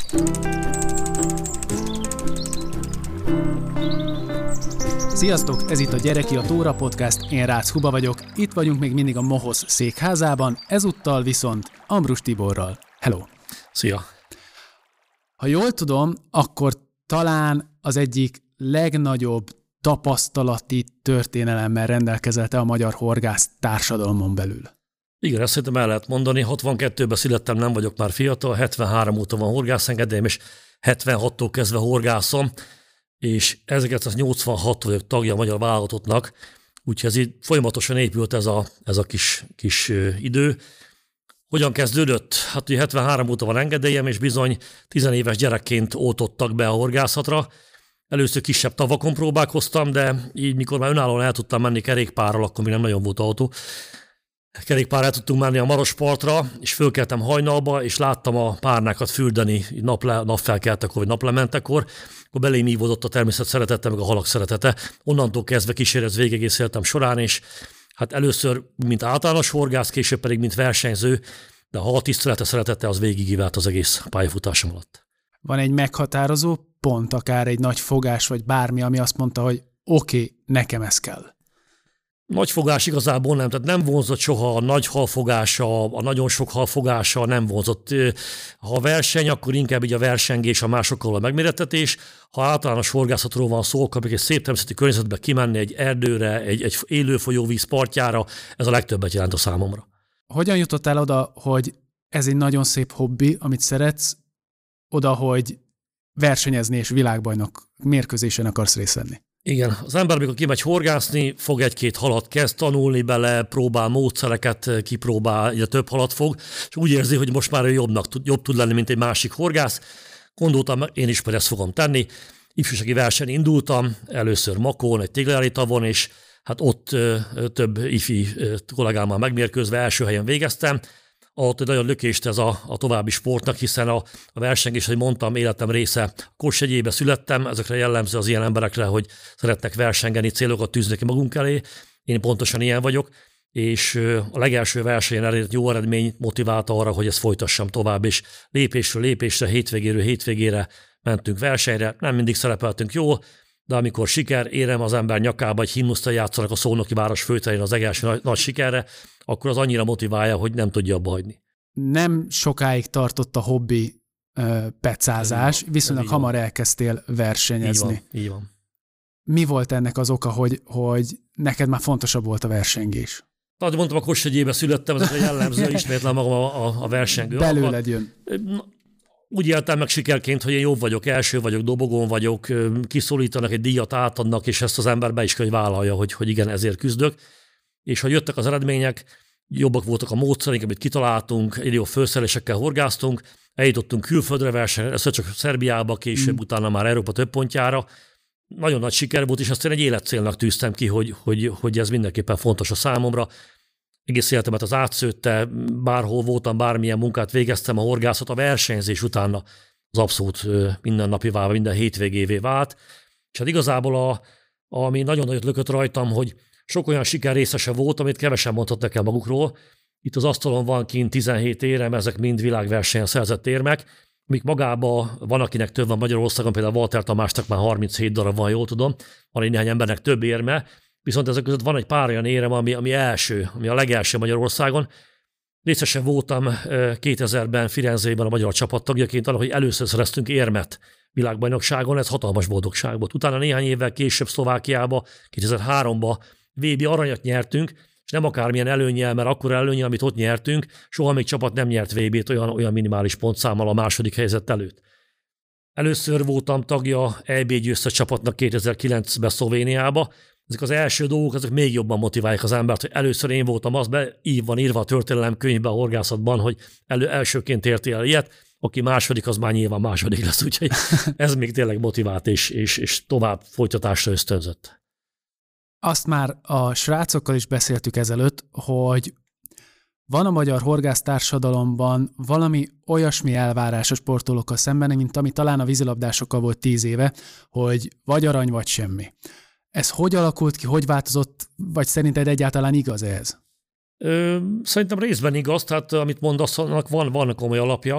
Sziasztok, ez itt a Gyereki a Tóra Podcast, én Rácz Huba vagyok, itt vagyunk még mindig a Mohosz székházában, ezúttal viszont Ambrus Tiborral. Hello! Szia! Ha jól tudom, akkor talán az egyik legnagyobb tapasztalati történelemmel rendelkezel te a magyar horgász társadalmon belül. Igen, ezt szerintem el lehet mondani. 62-ben születtem, nem vagyok már fiatal, 73 óta van horgászengedélyem, és 76-tól kezdve horgászom, és 1986 vagyok tagja a magyar válogatottnak, úgyhogy ez így folyamatosan épült ez a kis idő. Hogyan kezdődött? Hát ugye 73 óta van engedélyem, és bizony 10 éves gyerekként oltottak be a horgászatra. Először kisebb tavakon próbálkoztam, de így mikor már önállóan el tudtam menni kerékpárral, akkor még nem nagyon volt autó. Kerékpárral tudtunk menni a Marospartra, és fölkeltem hajnalba, és láttam a párnákat fürdeni napfelkeltekor, vagy naplementekor, akkor belém ívódott a természet szeretete, meg a halak szeretete. Onnantól kezdve kísérletez végig egész életem során, és hát először, mint általános horgász, később pedig, mint versenyző, de a hal tisztelete, szeretete az végigívált az egész pályafutásom alatt. Van egy meghatározó pont, akár egy nagy fogás, vagy bármi, ami azt mondta, hogy oké, nekem ez kell. Nagy fogás igazából nem, tehát nem vonzott soha a nagy halfogása, a nagyon sok halfogása nem vonzott. Ha verseny, akkor inkább így a versengés, a másokkal a megmérettetés. Ha általános horgászatról van szó, akkor egy szép természeti környezetbe kimenni egy erdőre, egy élő folyóvíz partjára, ez a legtöbbet jelent a számomra. Hogyan jutottál oda, hogy ez egy nagyon szép hobbi, amit szeretsz, oda, hogy versenyezni és világbajnok mérkőzésen akarsz részt venni? Igen, az ember, amikor kimegy horgászni, fog egy-két halat, kezd tanulni bele, próbál módszereket, kipróbál, ugye több halat fog, és úgy érzi, hogy most már ő jobb tud lenni, mint egy másik horgász. Gondoltam, én is ezt fogom tenni. Ifjúsági versenyen indultam, először Makón, egy téglajári tavon, és hát ott több ifi kollégámmal megmérkőzve első helyen végeztem. Ott nagyon lökést ez a további sportnak, hiszen a versengés, hogy mondtam, életem része. Kósegyébe születtem, ezekre jellemző az ilyen emberekre, hogy szeretnek versengeni, célokat tűznek ki magunk elé. Én pontosan ilyen vagyok, és a legelső versenyen elért jó eredmény motiválta arra, hogy ezt folytassam tovább, és lépésről lépésre, hétvégéről hétvégére mentünk versenyre. Nem mindig szerepeltünk jól, de amikor siker, érem az ember nyakába, egy himnusztal játszanak a Szolnoki város főterén az egelső nagy sikerre, akkor az annyira motiválja, hogy nem tudja abba hagyni. Nem sokáig tartott a hobbi pecázás, viszonylag hamar elkezdtél versenyezni. Így van. Mi volt ennek az oka, hogy neked már fontosabb volt a versengés? Ahogy mondtam, a Kossuth-Megyébe születtem, ezekre jellemző, ismétlem magam a versengő. Belőled jön. Úgy éltem meg sikerként, hogy én jobb vagyok, első vagyok, dobogón vagyok, kiszólítanak, egy díjat átadnak, és ezt az ember be is kell, hogy vállalja, hogy igen, ezért küzdök. És ha jöttek az eredmények, jobbak voltak a módszerek, amit kitaláltunk, egy jó felszerelésekkel horgáztunk, eljutottunk külföldre versenyre, először csak Szerbiába, később utána már Európa több pontjára. Nagyon nagy siker volt, és azt én egy életcélnak tűztem ki, hogy ez mindenképpen fontos a számomra. Egész életemet az átszőtte, bárhol voltam, bármilyen munkát végeztem, a horgászat, a versenyzés utána az abszolút mindennapivá, minden hétvégévé vált. És hát igazából ami nagyon nagyot lökött rajtam, hogy sok olyan siker részese volt, amit kevesen mondhatnak el magukról. Itt az asztalon van kint 17 érem, ezek mind világversenyen szerzett érmek, amik magában van, akinek több van Magyarországon, például Walter Tamásnak már 37 darab van, jól tudom, van egy néhány embernek több érme, viszont ezek között van egy pár olyan érem, ami a legelső Magyarországon. Részesen voltam 2000-ben Firenzében a magyar csapattagjaként, hogy először szereztünk érmet világbajnokságon, ez hatalmas boldogság volt. Utána néhány évvel később Szlovákiába, 2003-ban VB aranyat nyertünk, és nem akármilyen előnnyel, mert akkor előnnyel, amit ott nyertünk, soha még csapat nem nyert VB-t olyan minimális pontszámmal a második helyzet előtt. Először voltam tagja EB győztes csapatnak 2009-ben Szlovéniába. Ezek az első dolgok, ezek még jobban motiválják az embert, hogy először én voltam, az van írva a történelemkönyvben, a horgászatban, hogy elsőként értél el ilyet, aki második, az már nyilván második lesz, úgyhogy ez még tényleg motivált és tovább folytatásra ösztönzött. Azt már a srácokkal is beszéltük ezelőtt, hogy van a magyar horgásztársadalomban valami olyasmi elvárás a sportolókkal szemben, mint ami talán a vízilabdásokkal volt 10 éve, hogy vagy arany, vagy semmi. Ez hogy alakult ki, hogy változott, vagy szerinted egyáltalán igaz ez? Szerintem részben igaz, tehát amit mondasz, annak van komoly alapja.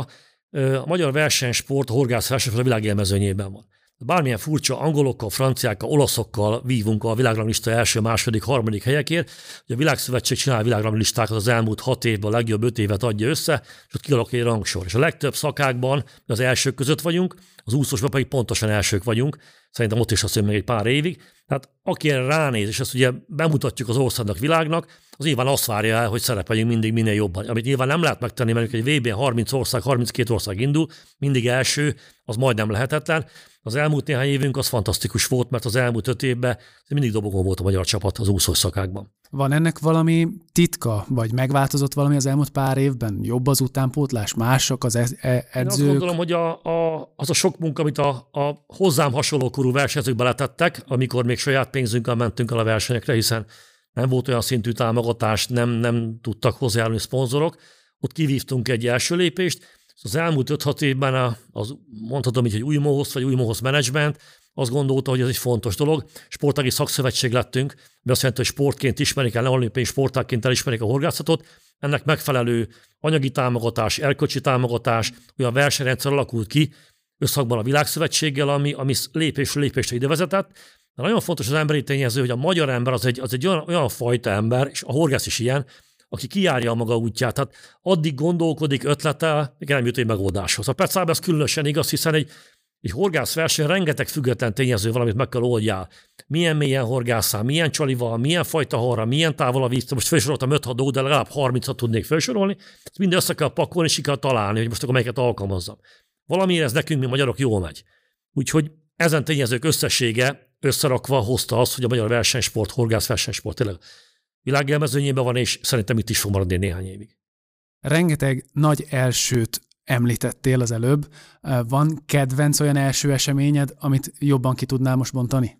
a magyar versenysport, a horgászverseny a világ élmezőnyében van. Bármilyen furcsa angolokkal, franciákkal, olaszokkal vívunk a világranglista első, második, harmadik helyekért, hogy a Világszövetség csinál világranglistákat az elmúlt 6 évben, a legjobb 5 évet adja össze, és ott kialakul egy rangsor. És a legtöbb szakákban az elsők között vagyunk, az úszósban pedig pontosan elsők vagyunk, szerintem ott is azt még egy pár évig. Tehát aki erre ránéz, és ezt ugye bemutatjuk az országnak, világnak, az nyilván azt várja el, hogy szerepeljünk mindig minél jobban. Amit nyilván nem lehet megtenni, mert egy VB-n 30 ország, 32 ország indul, mindig első, az majdnem lehetetlen. Az elmúlt néhány évünk az fantasztikus volt, mert az elmúlt 5 évben mindig dobogón volt a magyar csapat az úszós szakákban. Van ennek valami titka, vagy megváltozott valami az elmúlt pár évben? Jobb az utánpótlás, mások az edzők? Én azt gondolom, hogy az a sok munka, amit a hozzám hasonló korú versenyzők beletettek, amikor még saját pénzünkkel mentünk el a versenyekre, hiszen nem volt olyan szintű támogatás, nem tudtak hozzájárulni szponzorok, ott kivívtunk egy első lépést. Az elmúlt 5-6 évben mondhatom így, hogy új MOHOSZ vagy új MOHOSZ menedzsment azt gondolta, hogy ez egy fontos dolog. Sportági szakszövetség lettünk, mert azt jelenti, hogy sportként ismerik el, nem olimpiai sportágként elismerik a horgászatot. Ennek megfelelő anyagi támogatás, erkölcsi támogatás, olyan versenyrendszer alakult ki összhangban a Világszövetséggel, ami lépésről lépésre ide vezetett. De nagyon fontos az emberi tényező, hogy a magyar ember az egy olyan fajta ember, és a horgász is ilyen, aki kijárja a maga útját. Tehát addig gondolkodik, ötletel, még nem jut egy megoldáshoz. A Petszába ez különösen igaz, hiszen egy horgászverseny rengeteg független tényező valamit meg kell oldjál. Milyen mélyen horgászál, milyen csalival, milyen fajta halra, milyen távol a víz. Most felsoroltam 5-6 dolgot, de legalább 30-at tudnék felsorolni. Ezt mind össze kell pakolni, és ki kell találni, hogy most akkor melyiket alkalmazzam. Valamiért ez nekünk, mi magyarok, jól megy. Úgyhogy ezen tényezők összessége összerakva hozta azt, hogy a magyar versenysport, horgászversenysport tényleg világélmezőnyében van, és szerintem itt is fog maradni néhány évig. Rengeteg nagy elsőt említettél az előbb. Van kedvenc olyan első eseményed, amit jobban ki tudnál most bontani?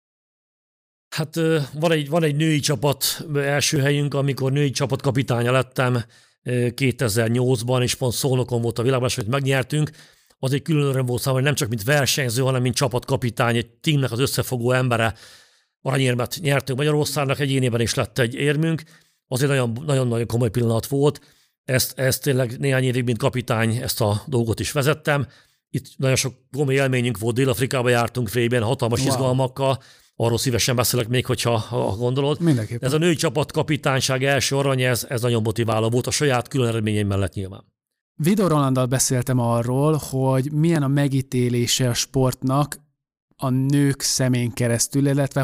Hát van egy női csapat első helyünk, amikor női csapat kapitánya lettem 2008-ban, és pont Szolnokon volt a világbajnokság, hogy megnyertünk. Az egy külön öröm volt számomra, hogy nem csak mint versenyző, hanem mint csapatkapitány, egy tímnek az összefogó embere. Aranyérmet nyertünk Magyarországnak, egyénében is lett egy érmünk. Az egy nagyon-nagyon komoly pillanat volt. Ezt tényleg néhány évig, mint kapitány, ezt a dolgot is vezettem. Itt nagyon sok komoly élményünk volt, Dél-Afrikába jártunk félben, hatalmas izgalmakkal. Arról szívesen beszélek még, ha gondolod. Mindenképpen. Ez a női csapat kapitányság első arany, ez nagyon motiváló volt a saját külön eredményeim mellett nyilván. Vidor Rolanddal beszéltem arról, hogy milyen a megítélése a sportnak a nők szemén keresztül, illetve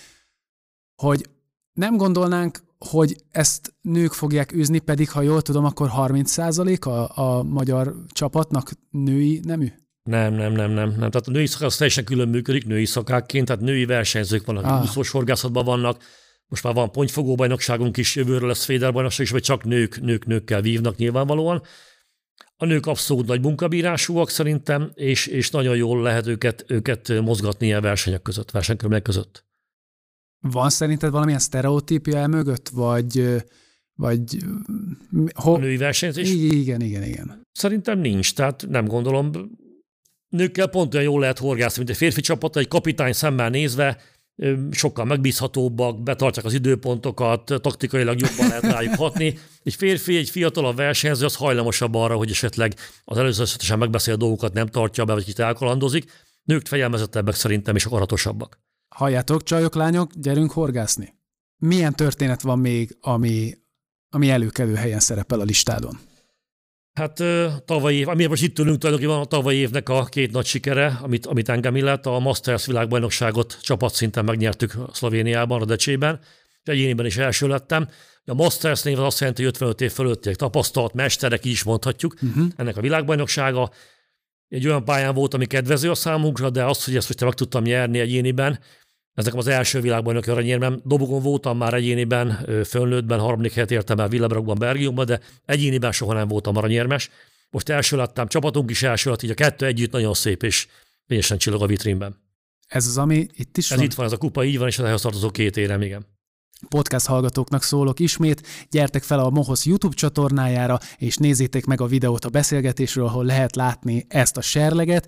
hogy nem gondolnánk, hogy ezt nők fogják űzni, pedig ha jól tudom, akkor 30% a magyar csapatnak női nemű? Nem. Tehát a női szakák teljesen külön működik, női szakákként, tehát női versenyzők vannak, úszós horgászatban vannak, most már van pontyfogó bajnokságunk is, jövőről lesz féderbajnokság is, vagy csak nőkkel vívnak nyilvánvalóan. A nők abszolút nagy munkabírásúak szerintem, és nagyon jól lehet őket mozgatni ilyen versenykörülmények között. Van szerinted valamilyen sztereotípia elmögött, vagy a női versenyzés? Igen. Szerintem nincs, tehát nem gondolom. Nőkkel pont olyan jól lehet horgászni, mint egy férfi csapat, egy kapitány szemmel nézve, sokkal megbízhatóbbak, betartják az időpontokat, taktikailag jobban lehet rájuk hatni. Egy férfi, egy fiatalabb versenyző, az hajlamosabb arra, hogy esetleg az előzetesen megbeszél dolgokat nem tartja be, vagy kicsit elkalandozik. Nők fegyelmezettebbek szerintem, és akaratosabbak. Halljátok, csajok, lányok, gyerünk horgászni. Milyen történet van még, ami előkelő helyen szerepel a listádon? Hát tavalyi év, amiért most itt ülünk, tulajdonképpen a tavalyi évnek a két nagy sikere, amit engem illet, a Masters világbajnokságot csapatszinten megnyertük Szlovéniában, Radecsében, és egyéniben is első lettem. A Masters név az azt jelenti, hogy 55 év fölöttiek tapasztalt mesterek, így is mondhatjuk, ennek a világbajnoksága. Egy olyan pályán volt, ami kedvező a számunkra, de azt, hogy ezt most meg tudtam nyerni egyéniben, ez nekem az első világbajnoki aranyérmem. Dobogon voltam már egyéniben, fölnőttben, harmadik helyet értem el Villebrakban, Belgiumban, de egyéniben soha nem voltam aranyérmes. Most első lettem, csapatunk is első lett, így a kettő együtt nagyon szép, és fényesen csillog a vitrínben. Ez az, ami itt is van? Ez itt van, ez a kupa, így van, és ehhez tartozó 2 érem, igen. Podcast hallgatóknak szólok ismét, gyertek fel a MOHOSZ YouTube csatornájára, és nézzétek meg a videót a beszélgetésről, ahol lehet látni ezt a serleget.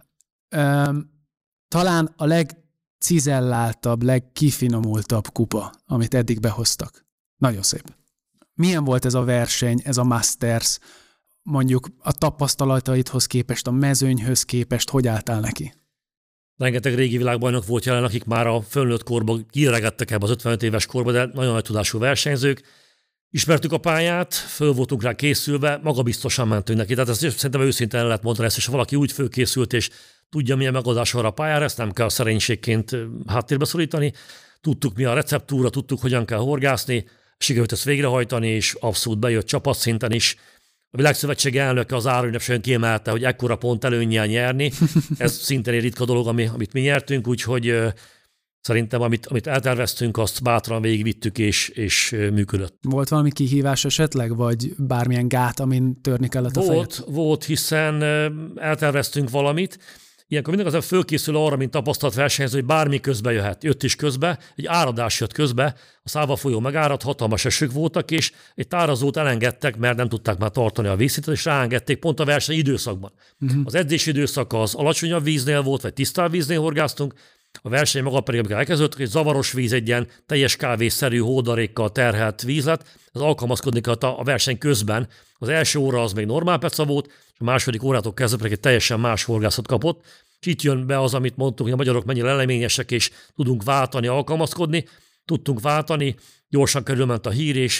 Talán a legcizelláltabb, legkifinomultabb kupa, amit eddig behoztak. Nagyon szép. Milyen volt ez a verseny, ez a Masters? mondjuk a tapasztalataidhoz képest, a mezőnyhöz képest, hogy álltál neki? Rengeteg régi világbajnok volt jelen, akik már a fölnőtt korban kiregettek ebbe az 55 éves korba, de nagyon nagy tudású versenyzők. Ismertük a pályát, föl voltunk rá készülve, magabiztosan mentünk neki. Tehát ezt szerintem őszintén el lehet mondani ezt, és ha valaki úgy fölkészült, és tudja, milyen megoldás van a pályára, ezt nem kell szerénységként háttérbe szorítani. Tudtuk, mi a receptúra, tudtuk, hogyan kell horgászni, sikerült ezt végrehajtani, és abszolút bejött csapatszinten is. A Világszövetség elnöke az áraünnepségen kiemelte, hogy ekkora pont előnnyel nyerni. Ez szintén egy ritka dolog, amit mi nyertünk, úgyhogy szerintem, amit elterveztünk, azt bátran végigvittük, és működött. Volt valami kihívás esetleg, vagy bármilyen gát, amin törni kellett a fejét? Volt, hiszen elterveztünk valamit. Ilyenkor mindig azért fölkészül arra, mint tapasztalt versenyző, hogy bármi közbe jöhet. Jött is közbe, egy áradás jött közbe, a Száva folyó megáradt, hatalmas esők voltak, és egy tárazót elengedtek, mert nem tudták már tartani a vízszintet, és ráengedték pont a verseny időszakban. Az edzési időszak az alacsonyabb víznél volt, vagy tisztább víznél horgáztunk, a verseny maga pedig, amikor elkezdődött, hogy zavaros víz, egy ilyen teljes kávészerű hódarékkal terhelt víz lett, ez alkalmazkodni kellett a verseny közben. Az első óra az még normál peca volt, és a második órától kezdve pedig egy teljesen más horgászat kapott. És itt jön be az, amit mondtuk, hogy a magyarok mennyire leleményesek, és tudunk váltani, alkalmazkodni. Tudtunk váltani, gyorsan körülment a hír,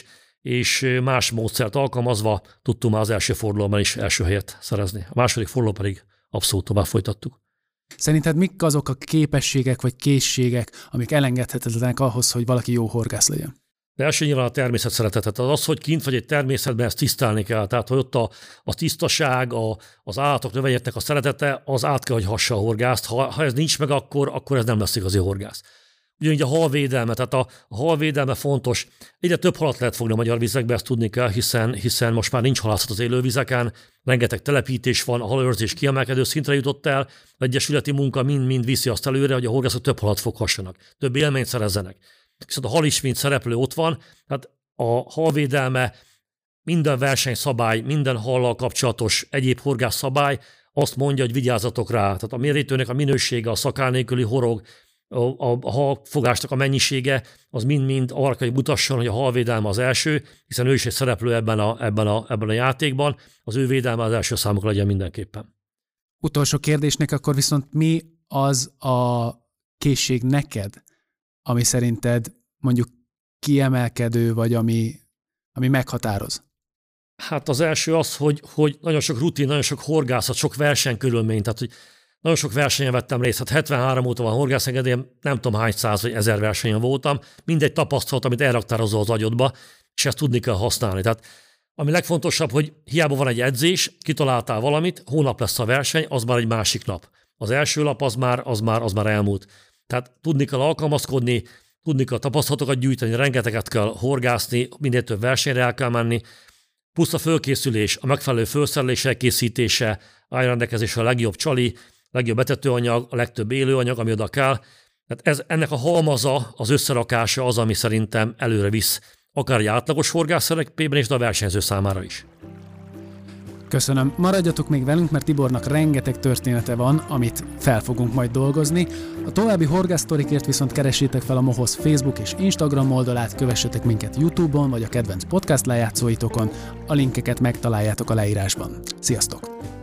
és más módszert alkalmazva tudtunk már az első fordulóban is első helyet szerezni. A második forduló pedig abszolút tovább folytattuk. Szerinted mik azok a képességek vagy készségek, amik elengedhetetlenek ahhoz, hogy valaki jó horgász legyen? De első nyilván a természet szeretetet. Az, hogy kint vagy egy természetben, ezt tisztelni kell. Tehát, hogy ott a tisztaság, az állatok, növényeknek a szeretete, az át kell, hogy hassa a horgászt. Ha ez nincs meg, akkor ez nem lesz igazi horgász. Ugyanígy a halvédelme, tehát a halvédelme fontos. Egyre több halat lehet fogni a magyar vizekbe, ezt tudni kell, hiszen most már nincs halászat az élővizeken, rengeteg telepítés van, a halőrzés kiemelkedő szintre jutott el, az egyesületi munka mind viszi azt előre, hogy a horgászok több halat foghassanak, több élményt szerezzenek. Viszont a hal is, mint szereplő ott van, tehát a halvédelme, minden versenyszabály, minden hallal kapcsolatos egyéb horgászszabály azt mondja, hogy vigyázzatok rá. Tehát a mérítőnek a minősége, a szakál nélküli horog, a halfogásnak a mennyisége, az mind-mind arra kell, hogy mutasson, hogy a halvédelme az első, hiszen ő is egy szereplő ebben a játékban, az ő védelme az első számok legyen mindenképpen. Utolsó kérdésnek akkor viszont mi az a készség neked, ami szerinted mondjuk kiemelkedő, vagy ami meghatároz? Hát az első az, hogy nagyon sok rutin, nagyon sok horgászat, sok versenykörülmény, tehát hogy nagyon sok versenyen vettem részt, hát 73 óta van horgászengedélyem, nem tudom hány 100 vagy 1000 versenyen voltam, mindegy tapasztalat, amit elraktározol az agyodba, és ezt tudni kell használni. Tehát ami legfontosabb, hogy hiába van egy edzés, kitaláltál valamit, hónap lesz a verseny, az már egy másik nap. Az első nap az már elmúlt. Tehát tudni kell alkalmazkodni, tudni kell tapasztalatokat gyűjteni, rengeteget kell horgászni, minél több versenyre el kell menni, plusz a fölkészülés, a megfelelő felszerelés elkészítése, áll rendelkezésre a legjobb csali, legjobb etetőanyag, a legtöbb élőanyag, ami oda kell. Tehát ennek a halmaza, az összerakása az, ami szerintem előre visz, akár egy átlagos horgász szerepében is, de a versenyző számára is. Köszönöm. Maradjatok még velünk, mert Tibornak rengeteg története van, amit fel fogunk majd dolgozni. A további horgásztorikért viszont keressétek fel a Mohoz Facebook és Instagram oldalát, kövessetek minket YouTube-on vagy a kedvenc podcast lejátszóitokon, a linkeket megtaláljátok a leírásban. Sziasztok!